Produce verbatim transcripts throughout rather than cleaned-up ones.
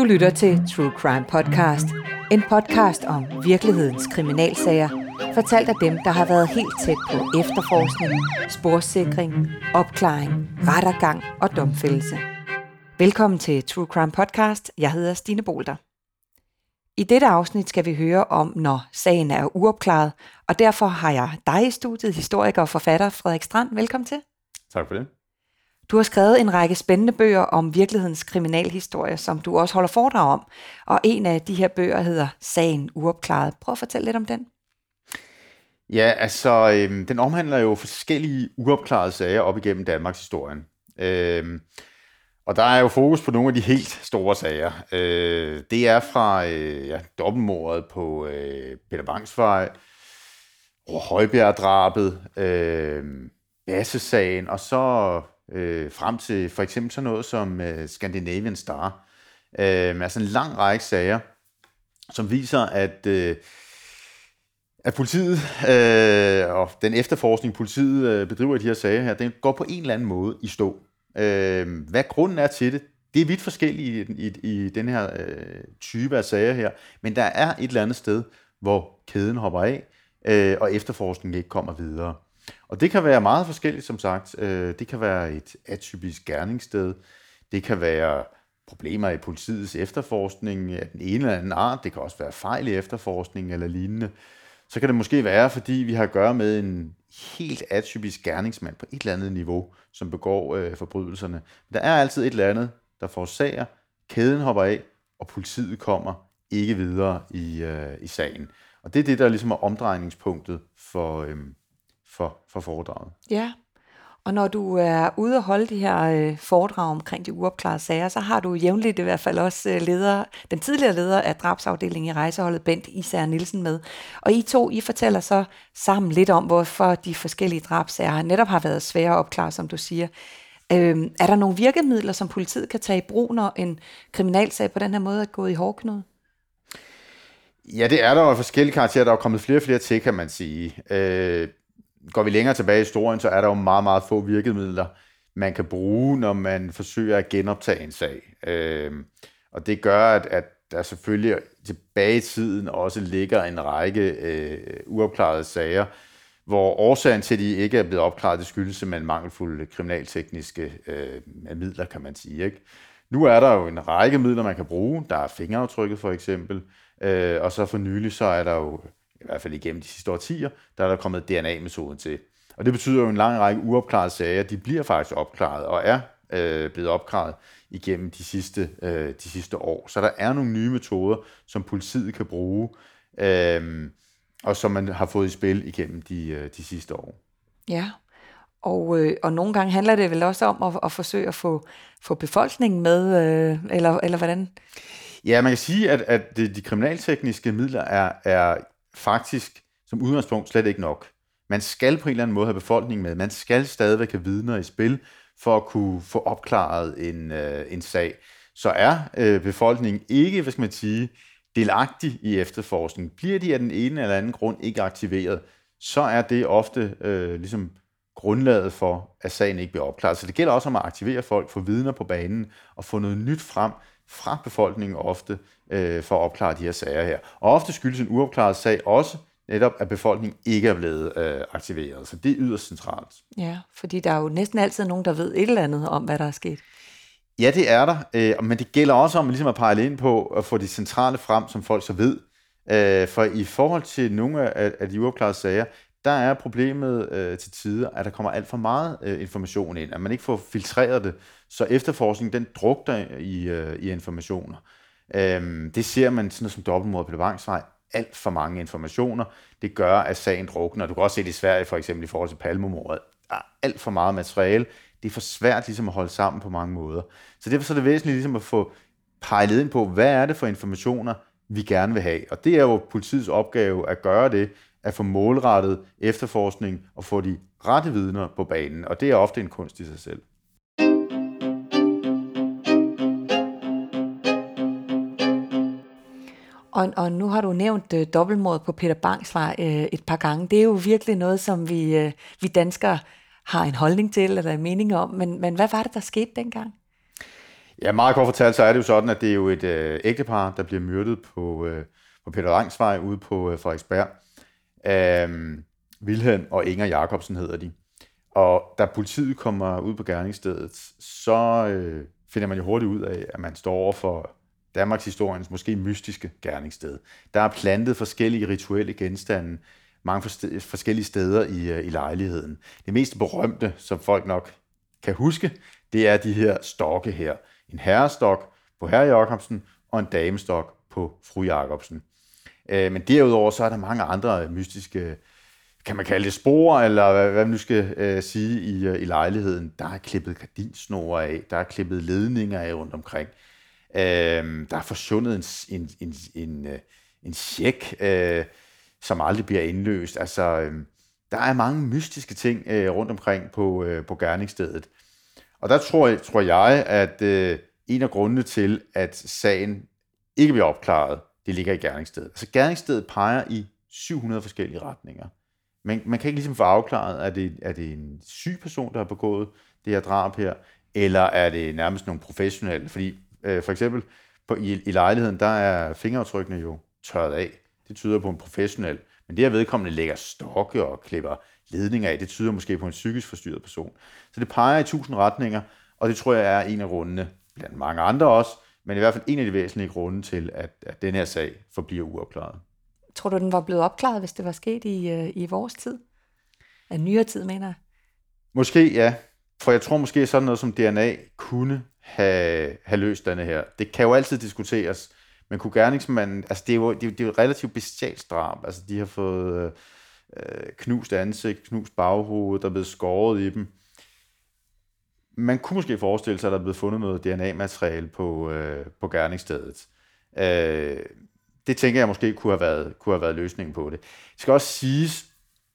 lytter til True Crime Podcast, en podcast om virkelighedens kriminalsager, fortalt af dem, der har været helt tæt på efterforskning, sporsikring, opklaring, rettergang og domfældelse. Velkommen til True Crime Podcast. Jeg hedder Stine Bolter. I dette afsnit skal vi høre om, når sagen er uopklaret, og derfor har jeg dig i studiet, historiker og forfatter Frederik Strand. Velkommen til. Tak for det. Du har skrevet en række spændende bøger om virkelighedens kriminalhistorie, som du også holder foredrag om, og en af de her bøger hedder Sagen uopklaret. Prøv at fortælle lidt om den. Ja, altså, øhm, den omhandler jo forskellige uopklarede sager op igennem Danmarks historien. Øhm, og der er jo fokus på nogle af de helt store sager. Øh, det er fra øh, ja, dobbeltmordet på øh, Peter Bangs Vej, Højbjerg-drabet, øh, Basse-sagen, og så øh, frem til for eksempel sådan noget som øh, Scandinavian Star. Øh, altså en lang række sager, som viser, at, øh, at politiet øh, og den efterforskning, politiet øh, bedriver i de her sager her, den går på en eller anden måde i stå. Øh, hvad grunden er til det, det er vidt forskelligt i, i, i den her øh, type af sager her, men der er et eller andet sted, hvor kæden hopper af, øh, og efterforskningen ikke kommer videre. Og det kan være meget forskelligt, som sagt. Øh, det kan være et atypisk gerningssted, det kan være problemer i politiets efterforskning af den ene eller anden art, det kan også være fejl i efterforskning eller lignende. Så kan det måske være, fordi vi har at gøre med en helt atypisk gerningsmand på et eller andet niveau, som begår øh, forbrydelserne. Der er altid et eller andet, der forårsager, kæden hopper af, og politiet kommer ikke videre i, øh, i sagen. Og det er det, der ligesom er omdrejningspunktet for, øh, for, for foredraget. Ja, og når du er ude og holde de her øh, foredrag omkring de uopklarede sager, så har du jævnligt i hvert fald også øh, leder, den tidligere leder af drabsafdelingen i rejseholdet, Bent Isager Nielsen, med. Og I to, I fortæller så sammen lidt om, hvorfor de forskellige drabsager netop har været svære at opklare, som du siger. Øh, er der nogle virkemidler, som politiet kan tage i brug, når en kriminalsag på den her måde er gået i hårdknude? Ja, det er der jo forskellige karakterer. Der er kommet flere og flere til, kan man sige. Øh, Går vi længere tilbage i historien, så er der jo meget, meget få virkemidler, man kan bruge, når man forsøger at genoptage en sag. Øh, og det gør, at, at der selvfølgelig tilbage i tiden også ligger en række øh, uopklarede sager, hvor årsagen til, at de ikke er blevet opklaret, det skyldes simpelthen mangelfulde kriminaltekniske øh, midler, kan man sige. Ikke? Nu er der jo en række midler, man kan bruge. Der er fingeraftrykket for eksempel, øh, og så for nylig, så er der jo i hvert fald igennem de sidste årtier, der er der kommet D N A-metoden til. Og det betyder jo, en lang række uopklarede sager, de bliver faktisk opklaret, og er øh, blevet opklaret igennem de sidste, øh, de sidste år. Så der er nogle nye metoder, som politiet kan bruge, øh, og som man har fået i spil igennem de, øh, de sidste år. Ja, og, øh, og nogle gange handler det vel også om at, at forsøge at få, få befolkningen med, øh, eller, eller hvordan? Ja, man kan sige, at, at de, de kriminaltekniske midler er, er faktisk som udgangspunkt slet ikke nok. Man skal på en eller anden måde have befolkningen med. Man skal stadigvæk have vidner i spil for at kunne få opklaret en, øh, en sag. Så er øh, befolkningen ikke, hvad skal man sige, delagtig i efterforskning. Bliver de af den ene eller anden grund ikke aktiveret, så er det ofte øh, ligesom grundlaget for, at sagen ikke bliver opklaret. Så det gælder også om at aktivere folk, få vidner på banen og få noget nyt frem fra befolkningen ofte øh, for at opklare de her sager her. Og ofte skyldes en uopklaret sag også netop, at befolkningen ikke er blevet øh, aktiveret. Så det er yderst centralt. Ja, fordi der er jo næsten altid nogen, der ved et eller andet om, hvad der er sket. Ja, det er der. Øh, men det gælder også om ligesom at pejle ind på at få de centrale frem, som folk så ved. Øh, for i forhold til nogle af, af de uopklarede sager, der er problemet øh, til tider, at der kommer alt for meget øh, information ind, at man ikke får filtreret det, så efterforskningen den drukner i, øh, i informationer. Øhm, det ser man sådan noget som dobbeltmord på Peter Bangs Vej, alt for mange informationer, det gør, at sagen drukner. Du kan også se det i Sverige, for eksempel i forhold til Palmemordet. Der er alt for meget materiale, det er for svært ligesom at holde sammen på mange måder. Så derfor er det væsentligt ligesom at få pejlet ind på, hvad er det for informationer, vi gerne vil have. Og det er jo politiets opgave at gøre det, at få målrettet efterforskning og få de rette vidner på banen. Og det er ofte en kunst i sig selv. Og, og nu har du nævnt øh, dobbeltmordet på Peter Bangs Vej øh, et par gange. Det er jo virkelig noget, som vi, øh, vi danskere har en holdning til, eller en mening om. Men, men hvad var det, der skete dengang? Ja, meget kort fortalt, så er det jo sådan, at det er jo et øh, ægtepar, der bliver myrdet på, øh, på Peter Rangs Vej ude på øh, Frederiksberg. Øh, Vilhelm og Inger Jacobsen hedder de. Og da politiet kommer ud på gerningsstedet, så øh, finder man jo hurtigt ud af, at man står over for Danmarks historiens måske mystiske gerningssted. Der er plantet forskellige rituelle genstande mange forskellige steder i, i lejligheden. Det mest berømte, som folk nok kan huske, det er de her stokke her. En herrestok på herre Jacobsen og en damestok på fru Jacobsen. Men derudover så er der mange andre mystiske, kan man kalde det spor, eller hvad man nu skal øh, sige, i, i lejligheden. Der er klippet gardinsnore af, der er klippet ledninger af rundt omkring. Øh, der er forsvundet en, en, en, en, en check, øh, som aldrig bliver indløst. Altså, øh, der er mange mystiske ting øh, rundt omkring på, øh, på gerningsstedet. Og der tror jeg, tror jeg at øh, en af grundene til, at sagen ikke bliver opklaret, det ligger i gerningsstedet. Altså gerningsstedet peger i syv hundrede forskellige retninger. Men man kan ikke ligesom få afklaret, er det, er det en syg person, der har begået det her drab her, eller er det nærmest nogle professionelle? Fordi øh, for eksempel på, i, i lejligheden, der er fingeraftrykkene jo tørret af. Det tyder på en professionel. Men det her vedkommende lægger stokke og klipper ledninger af, det tyder måske på en psykisk forstyrret person. Så det peger i tusind retninger, og det tror jeg er en af grundene, blandt mange andre også, men i hvert fald en af de væsentlige grunde til, at, at den her sag forbliver uopklaret. Tror du, den var blevet opklaret, hvis det var sket i, i vores tid? Af nyere tid, mener jeg? Måske, ja. For jeg tror måske, sådan noget som D N A kunne have, have løst denne her. Det kan jo altid diskuteres, men kunne gerningsmanden... Altså, det er jo, det er jo, det er jo et relativt bestialsk drab. Altså, de har fået øh, knust ansigt, knust baghoved, der er blevet skåret i dem. Man kunne måske forestille sig, at der er blevet fundet noget D N A-materiale på, øh, på gerningsstedet. Øh, Det tænker jeg måske kunne have været, kunne have været løsningen på det. Det skal også siges,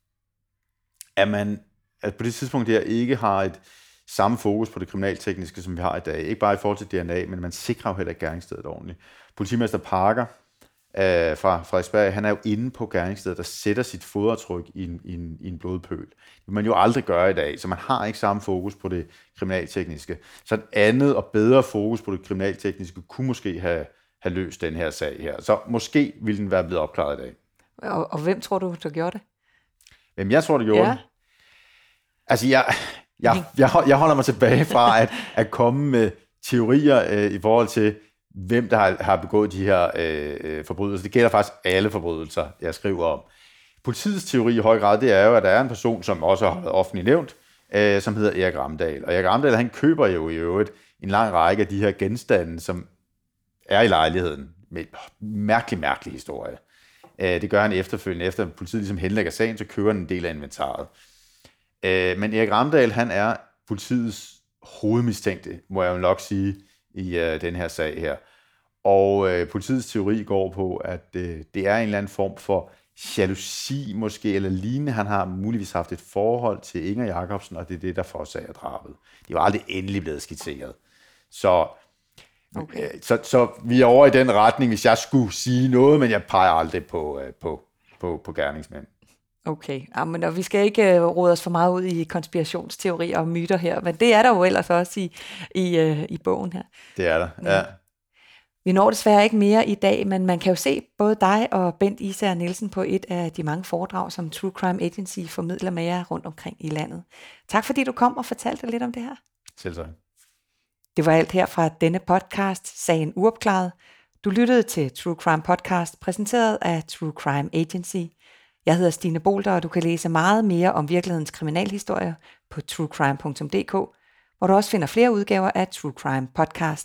at man at på det tidspunkt der ikke har et samme fokus på det kriminaltekniske, som vi har i dag. Ikke bare i forhold til D N A, men man sikrer jo heller ikke gerningsstedet ordentligt. Politimester Parker øh, fra Frederiksberg, han er jo inde på gerningsstedet, der sætter sit fodaftryk i en, i, en, i en blodpøl. Det vil man jo aldrig gøre i dag, så man har ikke samme fokus på det kriminaltekniske. Så et andet og bedre fokus på det kriminaltekniske kunne måske have have løst den her sag her. Så måske ville den være blevet opklaret i dag. Og, og hvem tror du, der gjorde det? Hvem jeg tror, der gjorde ja. det? Altså, jeg, jeg, jeg, jeg holder mig tilbage fra at, at komme med teorier øh, i forhold til, hvem der har, har begået de her øh, forbrydelser. Det gælder faktisk alle forbrydelser, jeg skriver om. Politiets teori i høj grad, det er jo, at der er en person, som også har været offentligt nævnt, øh, som hedder Erik Ramdahl. Og Erik Ramdahl, han køber jo i øvrigt en lang række af de her genstande, som er i lejligheden med en mærkelig, mærkelig historie. Det gør han efterfølgende. Efter politiet ligesom henlægger sagen, så kører han en del af inventaret. Men Erik Ramdahl, han er politiets hovedmistænkte, må jeg jo nok sige, i den her sag her. Og politiets teori går på, at det er en eller anden form for jalousi måske, eller lignende. Han har muligvis haft et forhold til Inger Jacobsen, og det er det, der forårsager drabet. De var aldrig endelig blevet skitseret. Så Okay. Så, så vi er over i den retning, hvis jeg skulle sige noget, men jeg peger aldrig på, på, på, på gerningsmænd. Okay, ja, men og vi skal ikke uh, rode os for meget ud i konspirationsteorier og myter her, men det er der jo ellers også i, i, uh, i bogen her. Det er der, ja. ja. Vi når desværre ikke mere i dag, men man kan jo se både dig og Bent Isager Nielsen på et af de mange foredrag, som True Crime Agency formidler med jer rundt omkring i landet. Tak fordi du kom og fortalte lidt om det her. Selv tak. Det var alt her fra denne podcast, Sagen Uopklaret. Du lyttede til True Crime Podcast, præsenteret af True Crime Agency. Jeg hedder Stine Bolter, og du kan læse meget mere om virkelighedens kriminalhistorier på true crime punktum d k, hvor du også finder flere udgaver af True Crime Podcast.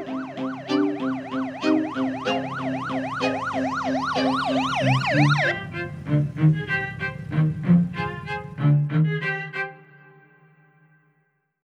Thank you.